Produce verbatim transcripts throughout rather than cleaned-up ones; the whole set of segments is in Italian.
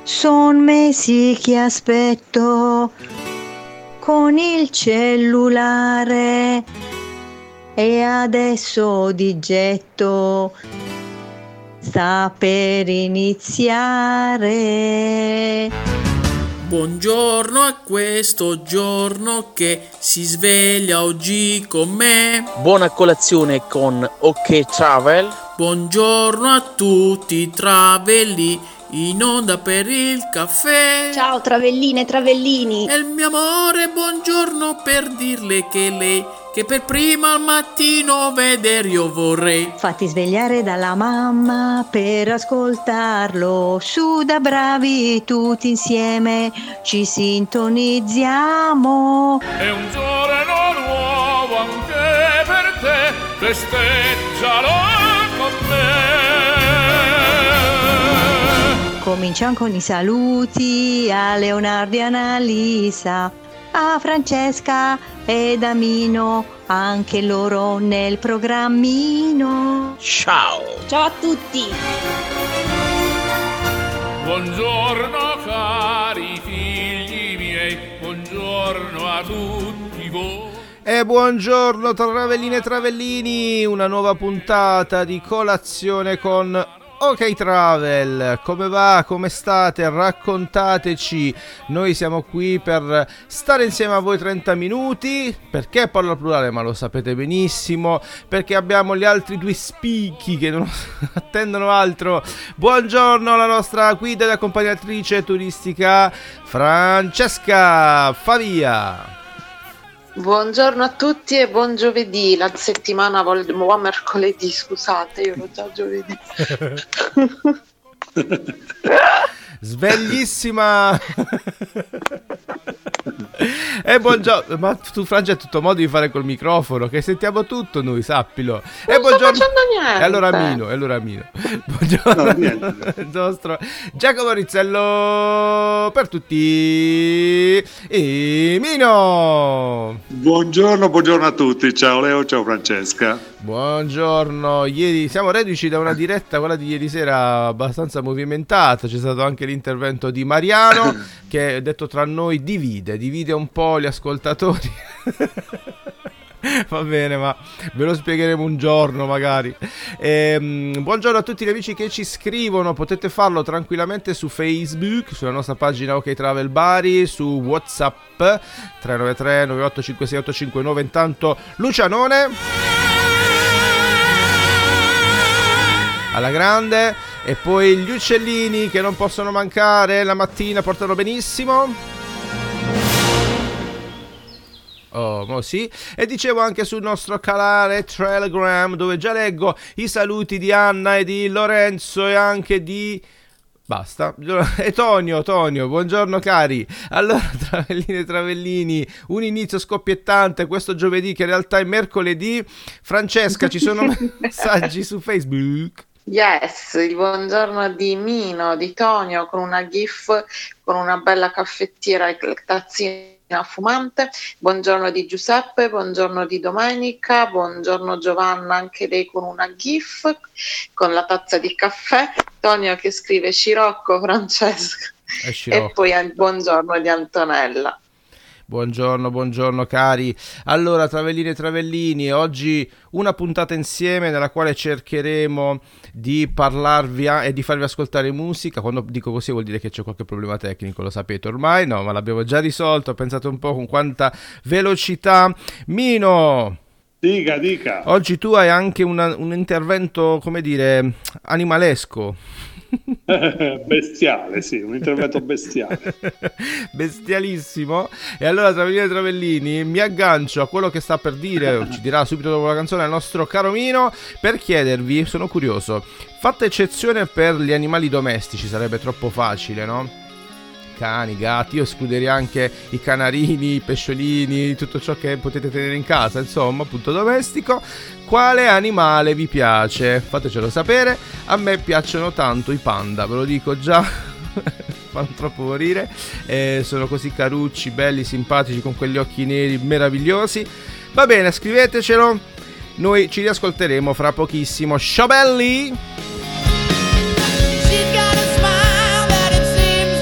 Son mesi che aspetto con il cellulare e adesso di getto sta per iniziare. Buongiorno a questo giorno che si sveglia oggi con me. Buona colazione con OK Travel. Buongiorno a tutti i travelli in onda per il caffè. Ciao travelline e travellini. E il mio amore, buongiorno per dirle che lei che per prima al mattino vedere io vorrei. Fatti svegliare dalla mamma per ascoltarlo, su da bravi tutti insieme ci sintonizziamo. È un giorno nuovo anche per te, festeggialo con me. Cominciamo con i saluti a Leonardo e Annalisa, a Francesca ed a Mino, anche loro nel programmino. Ciao! Ciao a tutti! Buongiorno cari figli miei, buongiorno a tutti voi. E buongiorno travelline e travellini, una nuova puntata di Colazione con OK Travel. Come va? Come state? Raccontateci. Noi siamo qui per stare insieme a voi trenta minuti. Perché parlo al plurale? Ma lo sapete benissimo. Perché abbiamo gli altri due spicchi che non attendono altro. Buongiorno alla nostra guida ed accompagnatrice turistica Francesca Favia. Buongiorno a tutti e buon giovedì. La settimana vuol buon mercoledì, scusate, io ero già giovedì. Sveglissima. E buongiorno. Ma tu Francia hai tutto modo di fare col microfono, che sentiamo tutto noi, sappilo. Non e buongiorno. sto facendo niente. E allora Mino, e allora Mino. Buongiorno no, il nostro Giacomo Rizzello per tutti. E Mino. Buongiorno, buongiorno a tutti. Ciao Leo, ciao Francesca. Buongiorno. Ieri siamo reduci da una diretta, quella di ieri sera, abbastanza movimentata. C'è stato anche l'intervento di Mariano che, detto tra noi, divide, divide un po' gli ascoltatori. Va bene, ma ve lo spiegheremo un giorno magari. Ehm, buongiorno a tutti gli amici che ci scrivono. Potete farlo tranquillamente su Facebook, sulla nostra pagina OK Travel Bari, su WhatsApp tre nove tre nove otto cinque sei otto cinque nove. Intanto Lucianone alla grande, e poi gli uccellini che non possono mancare la mattina, portano benissimo. Oh, mo sì. E dicevo anche sul nostro canale Telegram, dove già leggo i saluti di Anna e di Lorenzo e anche di... Basta. E Tonio, Tonio, buongiorno cari. Allora, travellini e travellini, un inizio scoppiettante questo giovedì che in realtà è mercoledì. Francesca, ci sono messaggi su Facebook? Yes, il buongiorno di Mino, di Tonio, con una gif, con una bella caffettiera e tazzina fumante. Buongiorno di Giuseppe, buongiorno di Domenica, buongiorno Giovanna, anche lei con una gif, con la tazza di caffè. Tonio che scrive Scirocco, Francesca. E, Scirocco. E poi il buongiorno di Antonella. Buongiorno, buongiorno cari. Allora, travellini e travellini, oggi una puntata insieme nella quale cercheremo di parlarvi a- e di farvi ascoltare musica. Quando dico così vuol dire che c'è qualche problema tecnico, lo sapete ormai, no, ma l'abbiamo già risolto. Pensate un po' con quanta velocità. Mino! Dica, dica. Oggi tu hai anche una, un intervento, come dire, animalesco. Bestiale, sì, un intervento bestiale. Bestialissimo. E allora, travellini e travellini, mi aggancio a quello che sta per dire, ci dirà subito dopo la canzone il nostro caro Mino, per chiedervi, sono curioso, fatta eccezione per gli animali domestici, sarebbe troppo facile, no? Cani, gatti, io escluderei anche i canarini, i pesciolini, tutto ciò che potete tenere in casa, insomma, appunto domestico. Quale animale vi piace? Fatecelo sapere. A me piacciono tanto i panda, ve lo dico già. Fanno troppo morire, eh, sono così carucci, belli, simpatici, con quegli occhi neri meravigliosi. Va bene, scrivetecelo, noi ci riascolteremo fra pochissimo. Ciao belli! She's got a smile that it seems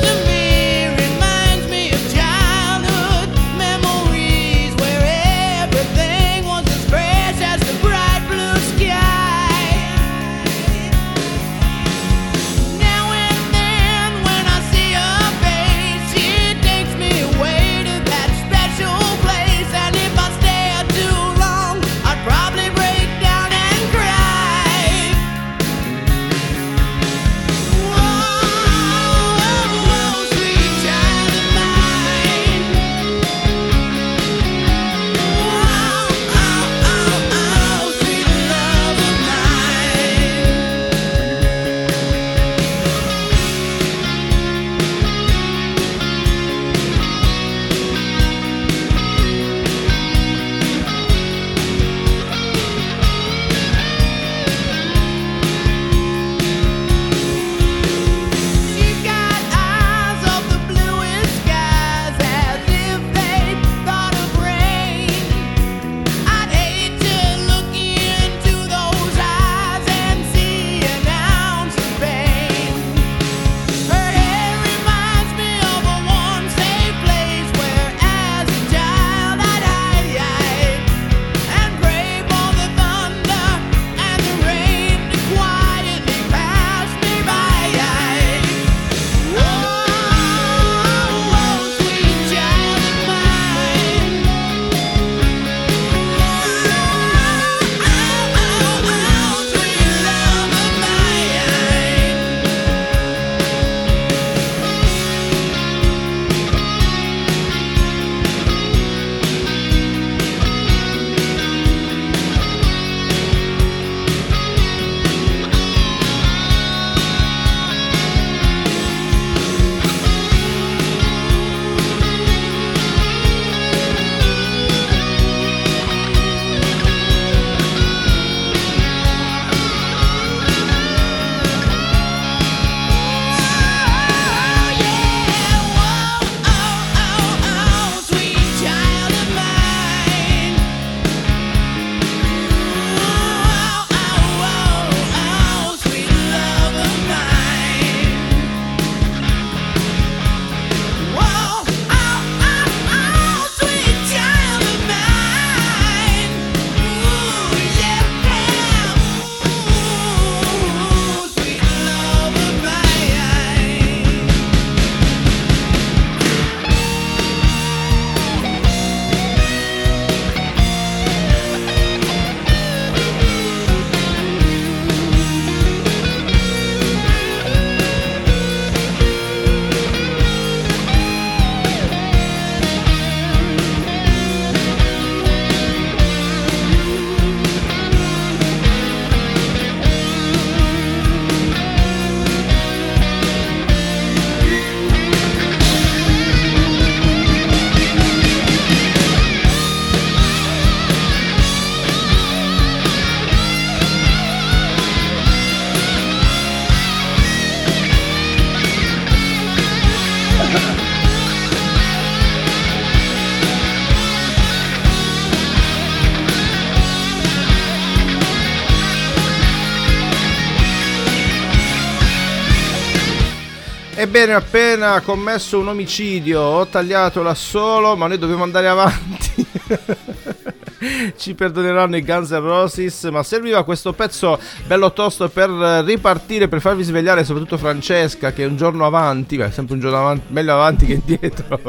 Ebbene, appena commesso un omicidio, ho tagliato l'assolo, ma noi dobbiamo andare avanti. Ci perdoneranno i Guns N' Roses, ma serviva questo pezzo bello tosto per ripartire, per farvi svegliare, soprattutto Francesca, che è un giorno avanti, beh, sempre un giorno avanti, meglio avanti che indietro.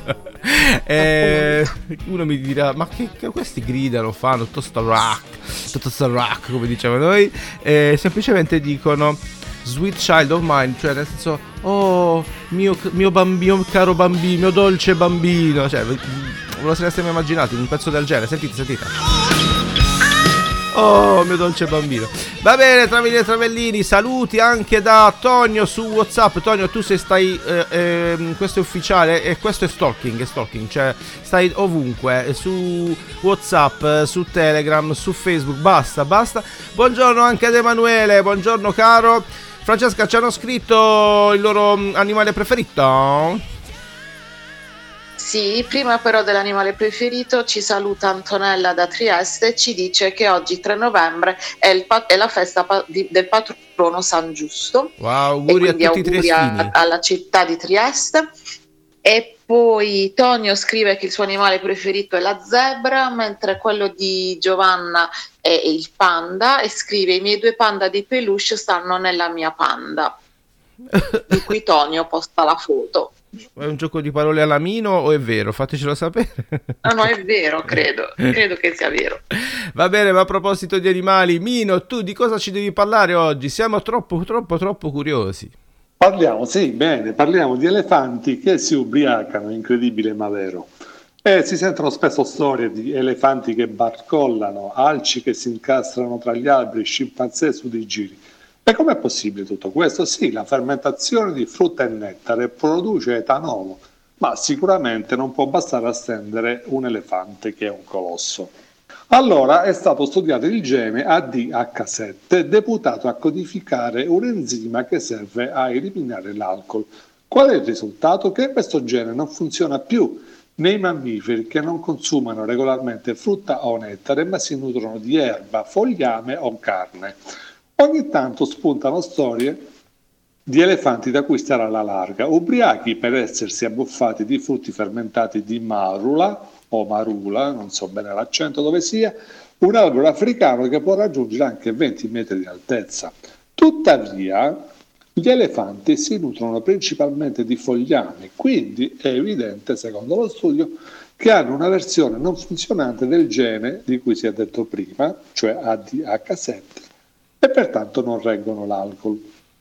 E uno mi dirà, ma che, che questi gridano, fanno tutto sta rock, tutto sta rock, come diciamo noi, e semplicemente dicono Sweet Child of Mine, cioè nel senso, oh, mio, mio bambino, mio caro bambino, mio dolce bambino, cioè, ve lo sareste mai immaginato un pezzo del genere? Sentite, sentite. Oh, mio dolce bambino. Va bene, Travellini e Travellini, saluti anche da Tonio su WhatsApp. Tonio, tu se stai, eh, eh, questo è ufficiale e questo è stalking, è stalking, cioè stai ovunque, su WhatsApp, su Telegram, su Facebook, basta, basta. Buongiorno anche ad Emanuele, buongiorno caro. Francesca, ci hanno scritto il loro animale preferito? Sì, prima però dell'animale preferito ci saluta Antonella da Trieste e ci dice che oggi tre novembre è, il pa- è la festa pa- di- del patrono San Giusto. Wow, auguri a tutti i triestini. Alla città di Trieste. E poi Tonio scrive che il suo animale preferito è la zebra, mentre quello di Giovanna è il panda, e scrive: i miei due panda di peluche stanno nella mia panda, di cui Tonio posta la foto. È un gioco di parole alla Mino o è vero? Fatecelo sapere. No, no, è vero, credo. Credo che sia vero. Va bene, ma a proposito di animali, Mino, tu di cosa ci devi parlare oggi? Siamo troppo, troppo, troppo curiosi. Parliamo, sì, bene, parliamo di elefanti che si ubriacano, incredibile ma vero. E si sentono spesso storie di elefanti che barcollano, alci che si incastrano tra gli alberi, scimpanzé su dei giri. E com'è possibile tutto questo? Sì, la fermentazione di frutta e nettare produce etanolo, ma sicuramente non può bastare a stendere un elefante che è un colosso. Allora è stato studiato il gene A D H sette, deputato a codificare un enzima che serve a eliminare l'alcol. Qual è il risultato? Che questo gene non funziona più nei mammiferi che non consumano regolarmente frutta o nettare, ma si nutrono di erba, fogliame o carne. Ogni tanto spuntano storie di elefanti da cui stare alla larga, ubriachi per essersi abbuffati di frutti fermentati di marula o marula, non so bene l'accento dove sia, un albero africano che può raggiungere anche venti metri di altezza. Tuttavia, gli elefanti si nutrono principalmente di fogliami, quindi è evidente, secondo lo studio, che hanno una versione non funzionante del gene di cui si è detto prima, cioè A D H sette, e pertanto non reggono l'alcol.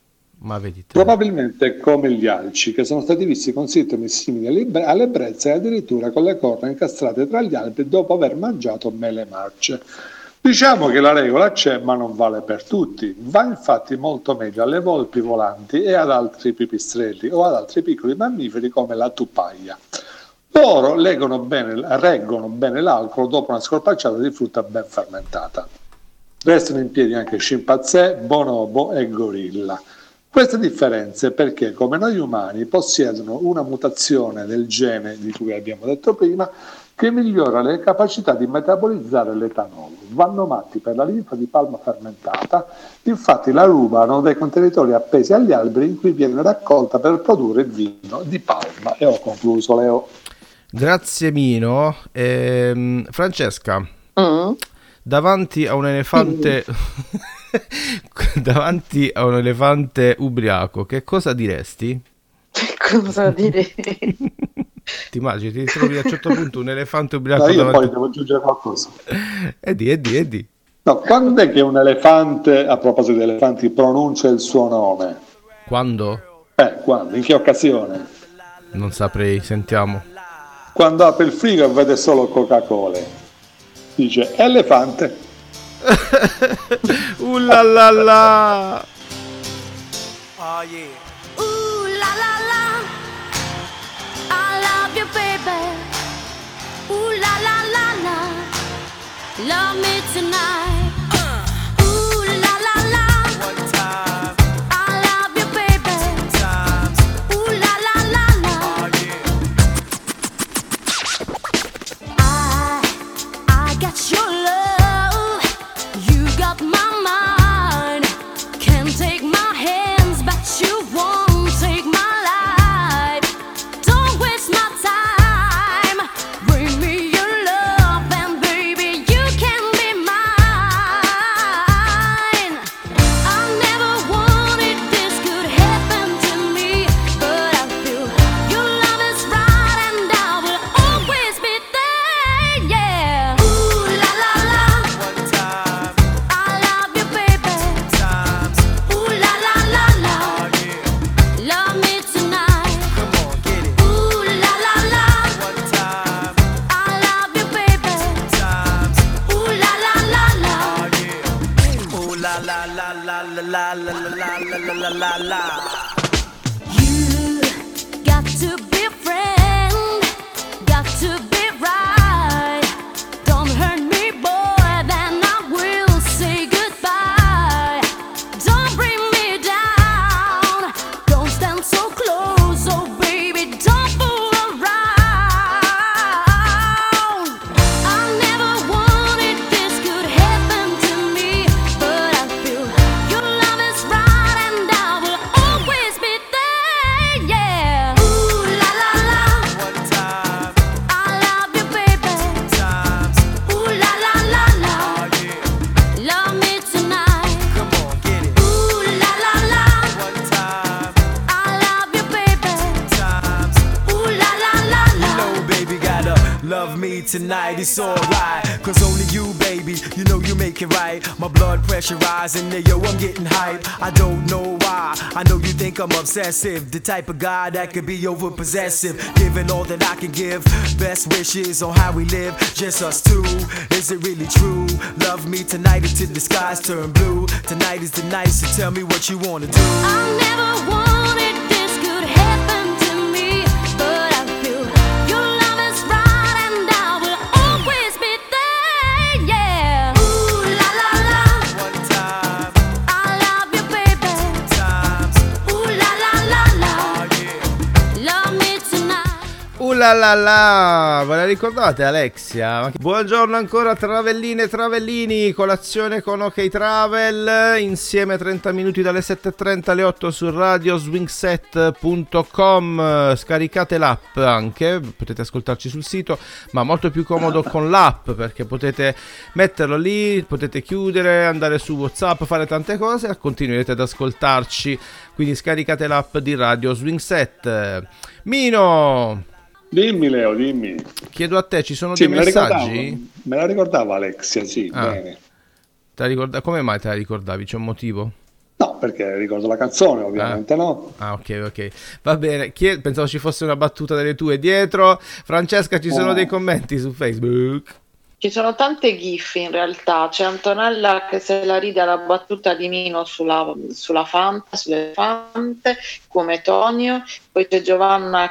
Ma vedi te. Probabilmente come gli alci, che sono stati visti con sintomi simili all'ebbrezza e addirittura con le corna incastrate tra gli alberi dopo aver mangiato mele marce. Diciamo che la regola c'è, ma non vale per tutti. Va infatti molto meglio alle volpi volanti e ad altri pipistrelli o ad altri piccoli mammiferi come la tupaia. Loro leggono bene, reggono bene l'alcol dopo una scorpacciata di frutta ben fermentata. Restano in piedi anche scimpanzé, bonobo e gorilla. Queste differenze perché, come noi umani, possiedono una mutazione del gene di cui abbiamo detto prima che migliora le capacità di metabolizzare l'etanolo. Vanno matti per la linfa di palma fermentata, infatti la rubano dai contenitori appesi agli alberi in cui viene raccolta per produrre il vino di palma. E ho concluso, Leo. Grazie Mino. Ehm, Francesca, Mm. davanti a un elefante davanti a un elefante ubriaco, che cosa diresti? Cosa direi? Ti immagini, ti trovi a un certo punto un elefante ubriaco No, io davanti... poi devo aggiungere qualcosa. E di, e di, e di. No, quando è che un elefante, a proposito di elefanti, pronuncia il suo nome? Quando? Eh, quando? In che occasione? Non saprei, sentiamo. Quando apre il frigo e vede solo Coca-Cola. Dice, elefante. Uh la la la. Oh yeah. Ooh la la la, I love you baby. Ooh la la la la, love me tonight. Uh. Ooh la la la, One time, I love you baby. two times. Ooh la la la la, Oh yeah. I I got your love, you got my mind. Can't take my hands, but you won't take my la la. You got to be a friend, got to be right. Don't hurt me, boy, then I will say goodbye. Don't bring me down, don't stand so close, oh baby, don't fool around. I never wanted this could happen to me, but I feel your love is right and I will always be there, yeah. Ooh la la la, One time, I love you, baby. times, Ooh la la la la, oh yeah. love me tonight. Come on, get it. Ooh la la la, One time, I love you, baby. times. Ooh la la la la. No, baby, gotta love me tonight, it's alright. Cause only you, baby, you know you make it right. My blood pressure rising, yeah, yo, I'm getting hype. I don't know why, I know you think I'm obsessive. The type of guy that could be over possessive. Giving all that I can give, best wishes on how we live, just us two. Is it really true? Love me tonight until the skies turn blue. Tonight is the night, so tell me what you wanna do. I never wanted this could happen to me, but I feel your love is right and I will always be there, yeah. Ooh la la la, One time, I love you, baby. times, Ooh la la la la, oh yeah. love me tonight. Uh la la la, ve la ricordate Alexia? Ma che- Buongiorno ancora Travelline e Travellini, colazione con OK Travel, insieme trenta minuti dalle sette e trenta alle otto su radio swingset punto com. Scaricate l'app anche, potete ascoltarci sul sito, ma molto più comodo con l'app perché potete metterlo lì, potete chiudere, andare su WhatsApp, fare tante cose e continuerete ad ascoltarci, quindi scaricate l'app di Radio Swingset. Mino, Dimmi Leo, dimmi. chiedo a te, ci sono Sì, dei me la ricordavo, messaggi? me la ricordavo Alexia, sì, Ah. bene. Te la ricorda- Come mai te la ricordavi? C'è un motivo? No, perché ricordo la canzone, ovviamente, no? Ah, ok, ok. Va bene. Chie- Pensavo ci fosse una battuta delle tue dietro. Francesca, ci sono Oh. dei commenti su Facebook? Ci sono tante gif in realtà, c'è Antonella che se la ride alla battuta di Mino sulla, sulla Fanta, sull'elefante, come Tonio, poi c'è Giovanna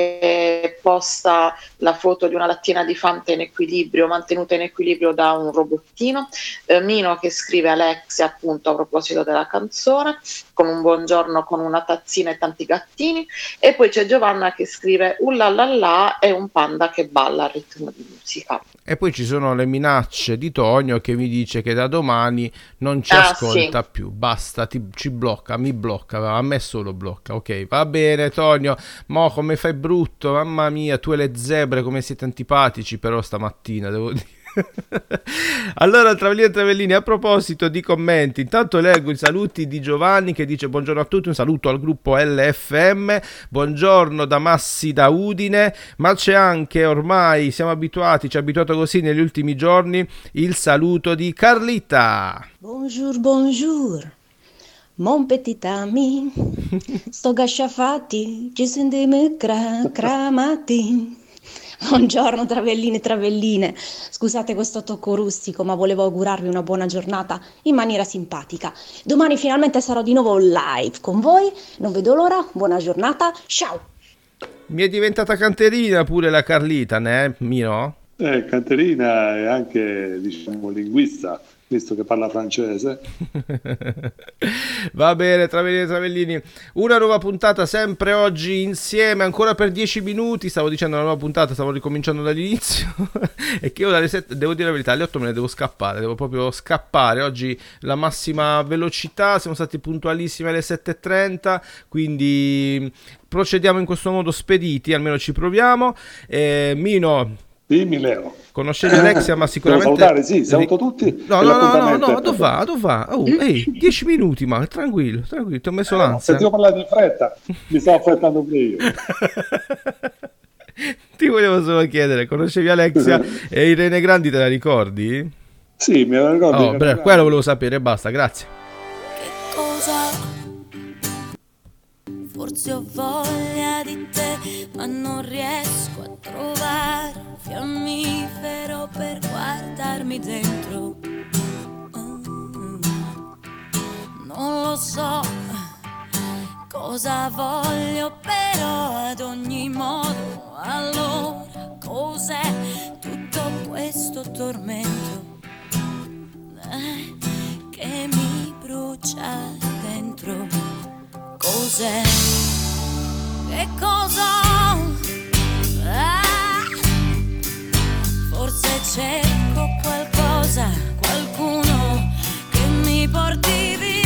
che posta la foto di una lattina di Fanta in equilibrio, mantenuta in equilibrio da un robottino, eh, Mino che scrive Alexia appunto a proposito della canzone, con un buongiorno con una tazzina e tanti gattini, e poi c'è Giovanna che scrive ullalala è un panda che balla al ritmo di musica. E poi ci sono le minacce di Tonio che mi dice che da domani non ci Ah, ascolta sì. più. Basta, ti- ci blocca, mi blocca, a me solo blocca. Ok, va bene Tonio, mo come fai brutto, mamma mia, tu e le zebre come siete antipatici però stamattina, devo dire. Allora Travellini e Travellini, a proposito di commenti, intanto leggo i saluti di Giovanni che dice buongiorno a tutti, un saluto al gruppo L F M, buongiorno da Massi da Udine, ma c'è anche, ormai siamo abituati, ci ha abituato così negli ultimi giorni, il saluto di Carlita. Bonjour, bonjour, mon petit ami. Sto gasciafatti, ci sentiamo cra- cramati. Buongiorno Travellini e Travelline, scusate questo tocco rustico, ma volevo augurarvi una buona giornata in maniera simpatica. Domani finalmente sarò di nuovo live con voi, non vedo l'ora, buona giornata, ciao! Mi è diventata canterina pure la Carlita, né Mino? Eh, Caterina è anche, diciamo, linguista, visto che parla francese. Va bene, Travellini e Travellini, una nuova puntata sempre oggi insieme, ancora per dieci minuti. Stavo dicendo una nuova puntata, stavo ricominciando dall'inizio. E che io dalle sette, devo dire la verità, alle otto me ne devo scappare, devo proprio scappare. Oggi la massima velocità, siamo stati puntualissimi alle sette e trenta, quindi procediamo in questo modo spediti, almeno ci proviamo. eh, Mino, Dimmi Leo. conoscevi Alexia, ma Devo sicuramente... salutare, sì, saluto tutti. No, e no, no, no, l'appuntamento no, è- dove va, dove va? Oh, ehi, dieci minuti, ma tranquillo, tranquillo, ti ho messo Eh, no, l'ansia. sentivo parlare di fretta, mi stavo affrettando pure io. Ti volevo solo chiedere, conoscevi Alexia e Irene Grandi, te la ricordi? Sì, me lo ricordo. Oh, beh, quello volevo sapere, basta, grazie. Cosa? Forse ho voglia di te, ma non riesco a trovare un fiammifero per guardarmi dentro. Mm. Non lo so, cosa voglio però ad ogni modo. Allora cos'è tutto questo tormento eh, che mi brucia dentro? Cos'è? Che cosa? Ah, forse cerco qualcosa, qualcuno che mi porti via.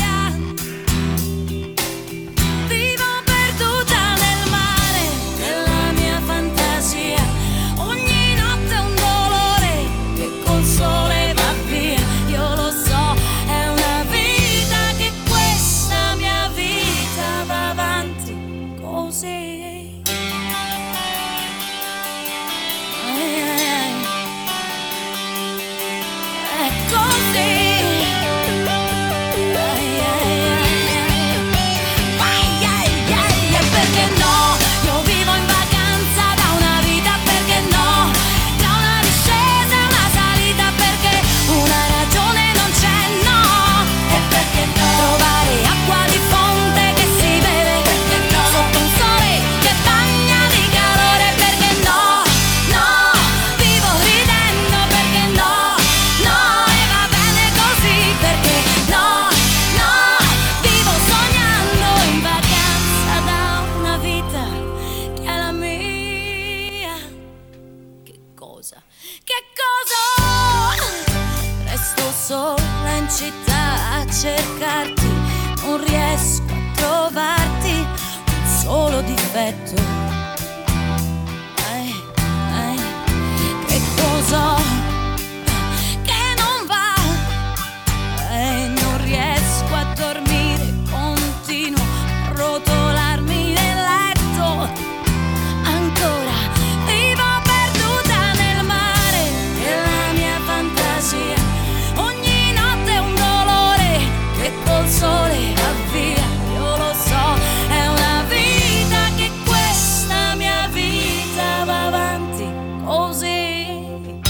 Cercarti, non riesco a trovarti un solo difetto. Ai, ai, che cosa che non va e non riesco a dormire, continuo a rotolarmi nel letto. Ancora vivo perduta nel mare della mia fantasia. Col sole va via, io lo so, è una vita che questa mia vita va avanti così,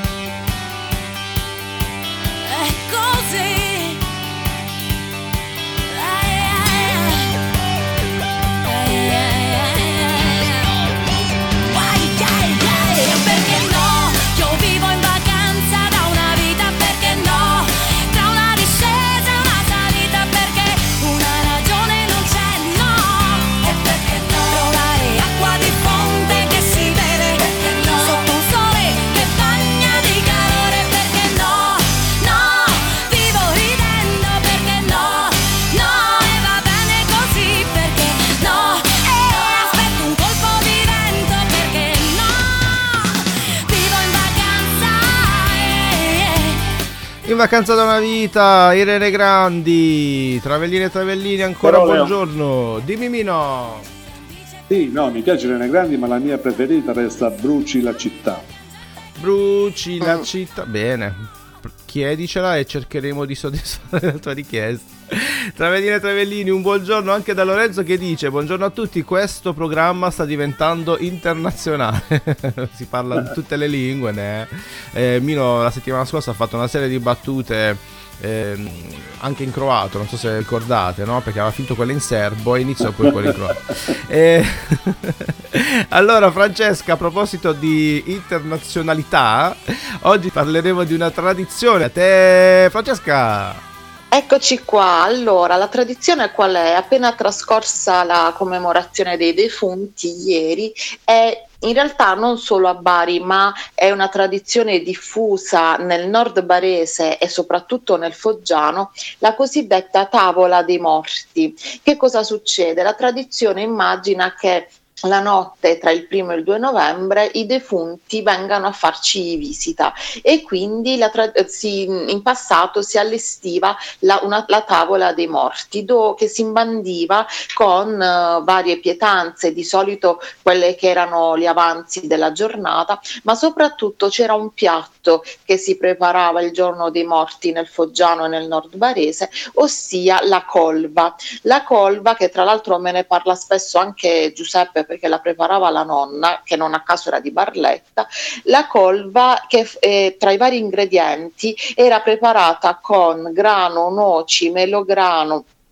è così. Ai, ai, ai. Ai, ai, ai. Ai, ai, ai. Perché no, io vivo in vacanza da una vita, perché no, tra una discesa in vacanza da una vita, Irene Grandi, Travellini e Travellini, ancora Però, buongiorno. Dimmi Mino. Sì, no, mi piace Irene Grandi, ma la mia preferita resta Bruci la città. Bruci la città, bene. Chiedicela e cercheremo di soddisfare la tua richiesta. Travellini e Travellini, un buongiorno anche da Lorenzo che dice: buongiorno a tutti, questo programma sta diventando internazionale. Si parla in tutte le lingue, né? eh, Mino la settimana scorsa ha fatto una serie di battute eh, anche in croato, non so se ricordate, no? Perché aveva finito quella in serbo e iniziò poi quella in croato. eh, allora Francesca, a proposito di internazionalità, oggi parleremo di una tradizione. A te Francesca. Eccoci qua, allora la tradizione qual è? Appena trascorsa la commemorazione dei defunti ieri, è in realtà non solo a Bari, ma è una tradizione diffusa nel nord barese e soprattutto nel foggiano, la cosiddetta tavola dei morti. Che cosa succede? La tradizione immagina che la notte tra il primo e il due novembre i defunti vengano a farci visita e quindi la tra- si, in passato si allestiva la, una, la tavola dei morti do, che si imbandiva con uh, varie pietanze, di solito quelle che erano gli avanzi della giornata, ma soprattutto c'era un piatto che si preparava il giorno dei morti nel foggiano e nel nord barese, ossia la colva. La colva, che tra l'altro me ne parla spesso anche Giuseppe perché la preparava la nonna, che non a caso era di Barletta. La colva, che eh, tra i vari ingredienti era preparata con grano, noci, melograno,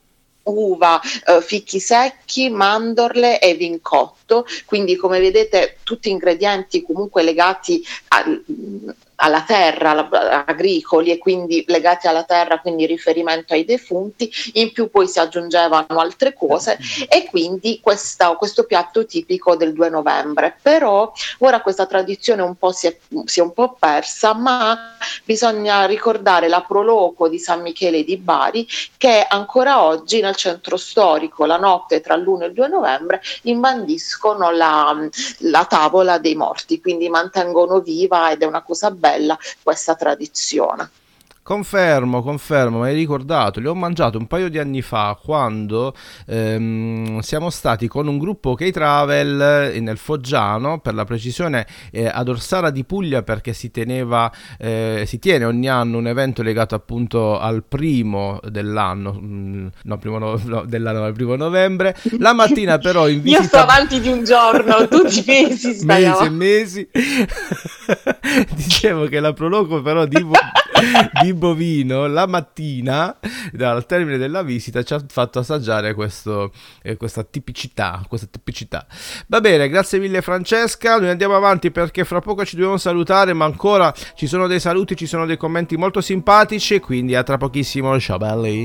uva, eh, fichi secchi, mandorle e vin cotto, quindi come vedete tutti ingredienti comunque legati al, alla terra, alla, agricoli e quindi legati alla terra, quindi riferimento ai defunti. In più poi si aggiungevano altre cose e quindi questa, questo piatto tipico del due novembre. Però ora questa tradizione un po' si è, si è un po' persa, ma bisogna ricordare la Proloco di San Michele di Bari, che ancora oggi nel centro storico la notte tra l'uno e il due novembre imbandiscono la, la tavola dei morti, quindi mantengono viva, ed è una cosa bella questa tradizione. Confermo, confermo, mi hai ricordato, li ho mangiato un paio di anni fa quando ehm, siamo stati con un gruppo K-Travel nel Foggiano, per la precisione eh, ad Orsara di Puglia, perché si teneva, eh, si tiene ogni anno un evento legato appunto al primo dell'anno, mh, no, primo no, no, dell'anno, al primo novembre, la mattina però in visita... Io sto avanti di un giorno, tutti i mesi stai mesi e mesi, dicevo che la Proloco però di... di bovino la mattina al termine della visita ci ha fatto assaggiare questo, eh, questa tipicità questa tipicità. Va bene, grazie mille Francesca, noi andiamo avanti perché fra poco ci dobbiamo salutare, ma ancora ci sono dei saluti, ci sono dei commenti molto simpatici, quindi a tra pochissimo. Ciao belli.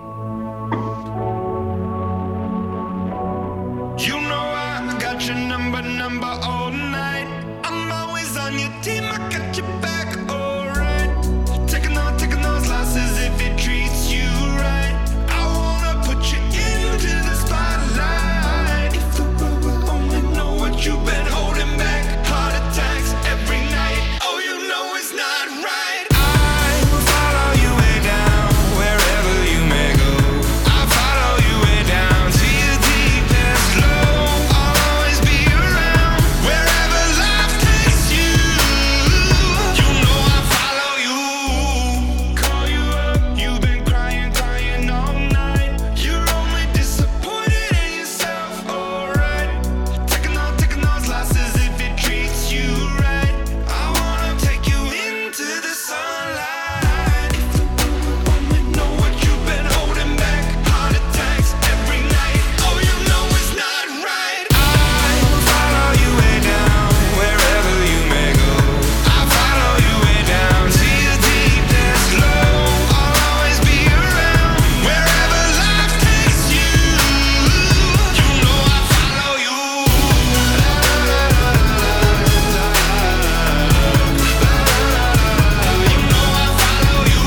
You know I got your number, number all night. I'm always on your team, I got your back, alright. Taking on, taking those losses if it treats you right. I wanna put you into the spotlight. If the world will only know what you've been holding back. Heart attacks every night, oh you know it's not right. I will follow you way down, wherever you may go. I'll follow you way down to your deepest low. I'll always be around, wherever life takes you. You know I'll follow you. Call you up, you've been crying, crying all night. You're only disappointed in yourself, alright. Taking on, taking those losses if it treats you right. I wanna take you into the sunlight. If the world will only know what you've been holding back. Heart attacks every night, oh you know it's not right. I will follow you way down, wherever you may go. I'll follow you way down to your deepest low. I'll always be around, wherever life takes you. You know I'll follow you. You know I'll follow you.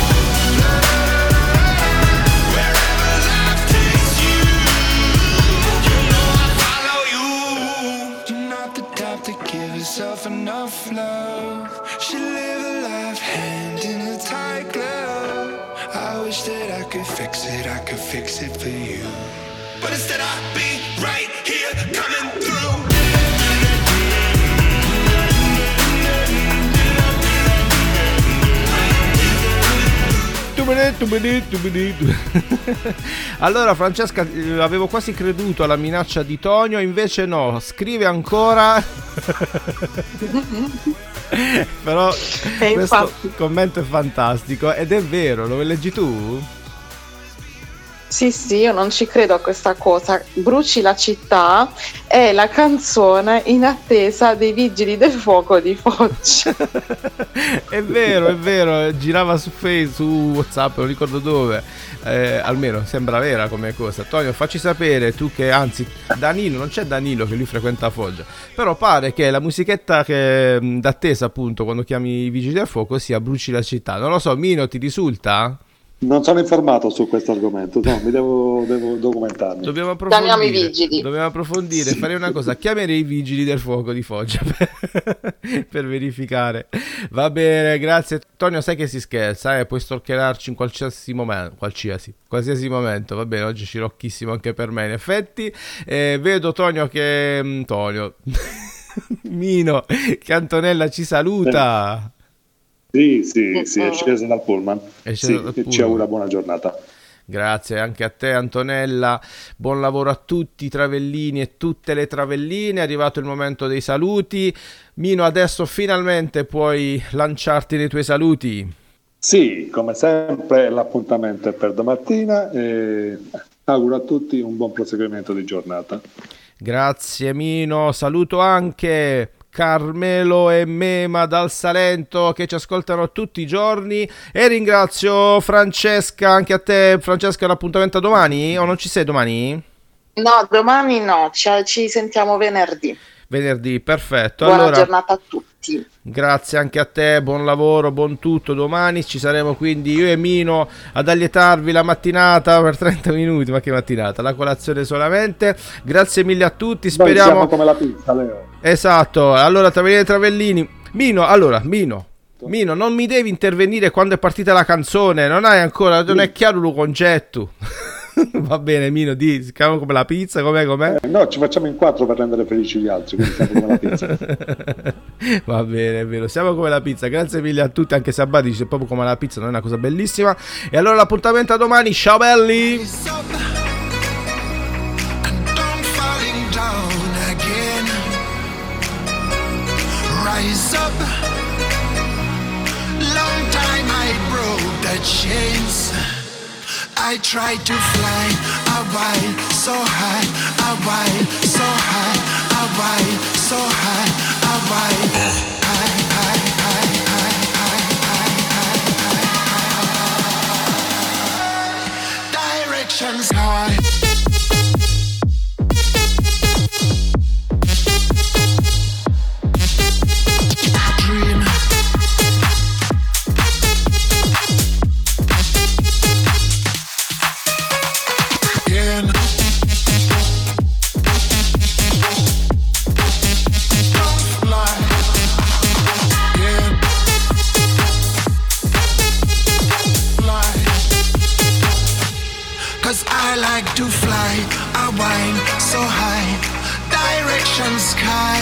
Wherever life takes you. You know I'll follow you. You're not the type to give yourself enough love. Should live a life hand in a tight glove. I wish that I could fix it, I could fix it for you. But instead I'll be right here coming through. Allora Francesca, eh, avevo quasi creduto alla minaccia di Tonio, invece no, scrive ancora. Però E questo infatti. commento è fantastico ed è vero, lo leggi tu? Sì, sì, io non ci credo a questa cosa. Bruci la città è la canzone in attesa dei Vigili del Fuoco di Foggia. È vero, è vero, girava su Facebook, su WhatsApp, non ricordo dove, eh, almeno sembra vera come cosa. Tonio, facci sapere tu che, anzi, Danilo, non c'è Danilo che lui frequenta Foggia, però pare che la musichetta che d'attesa appunto quando chiami i Vigili del Fuoco sia Bruci la città. Non lo so, Mino, ti risulta? Non sono informato su questo argomento, no, mi devo, devo documentarmi. Dobbiamo Chiamiamo i approfondire, vigili. dobbiamo approfondire, Sì. farei una cosa, chiamerei i Vigili del Fuoco di Foggia per, per verificare. Va bene, grazie. Tonio, sai che si scherza, eh? Puoi stalkerarci in qualsiasi momento, qualsiasi, qualsiasi momento, va bene, oggi è scirocchissimo anche per me in effetti. Eh, vedo Tonio che... mm, Tonio, Mino, che Antonella ci saluta. Sì, sì, sì, è sceso dal pullman. È sceso Sì, dal e ci pullman. augura buona giornata. Grazie anche a te Antonella, buon lavoro a tutti i travellini e tutte le travelline, è arrivato il momento dei saluti. Mino, adesso finalmente puoi lanciarti nei tuoi saluti. Sì, come sempre l'appuntamento è per domattina. E Auguro a tutti un buon proseguimento di giornata. Grazie Mino, saluto anche Carmelo e Mema dal Salento che ci ascoltano tutti i giorni e ringrazio Francesca, anche a te Francesca, l'appuntamento a domani o non ci sei domani? No, domani no, ci, ci sentiamo venerdì. Venerdì, perfetto. Buona allora, giornata a tutti. Grazie anche a te, buon lavoro, buon tutto. Domani ci saremo quindi io e Mino ad allietarvi la mattinata per trenta minuti, ma che mattinata, la colazione solamente. Grazie mille a tutti, speriamo... Noi siamo come la pizza, Leo. Esatto, allora Travellini e Travellini. Mino, allora, Mino, Mino, non mi devi intervenire quando è partita la canzone, non hai ancora, non è chiaro il concetto. Va bene Mino, di, siamo come la pizza, com'è, com'è? Eh, no, ci facciamo in quattro per rendere felici gli altri, quindi siamo come la pizza. Va bene, è vero, siamo come la pizza. Grazie mille a tutti, anche se Abadi dice proprio come la pizza, non è una cosa bellissima. E allora l'appuntamento a domani, ciao belli! Rise up. Long time I broke the chains. I tried to fly a while so high, a while so high, a while so high, a while high, high, high, high, high, high, high, high, directions high. To fly, I wind so high, direction sky.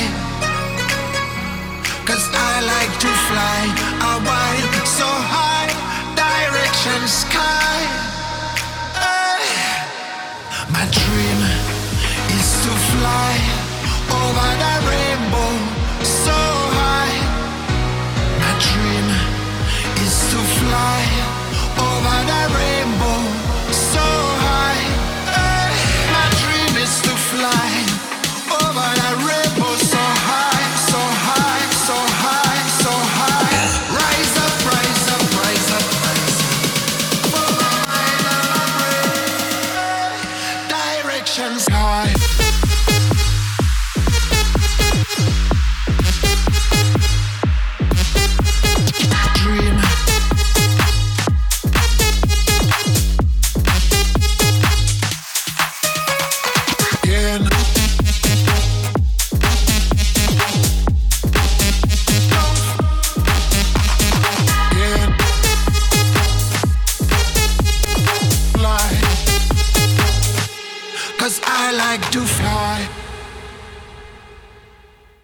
Cause I like to fly, I wind so high, direction sky. Hey. My dream is to fly over the rainbow so high. My dream is to fly over the rainbow so high. To fly over the rainbow so high, so high, so high, so high. Rise up, rise up, rise up, rise up. For the directions.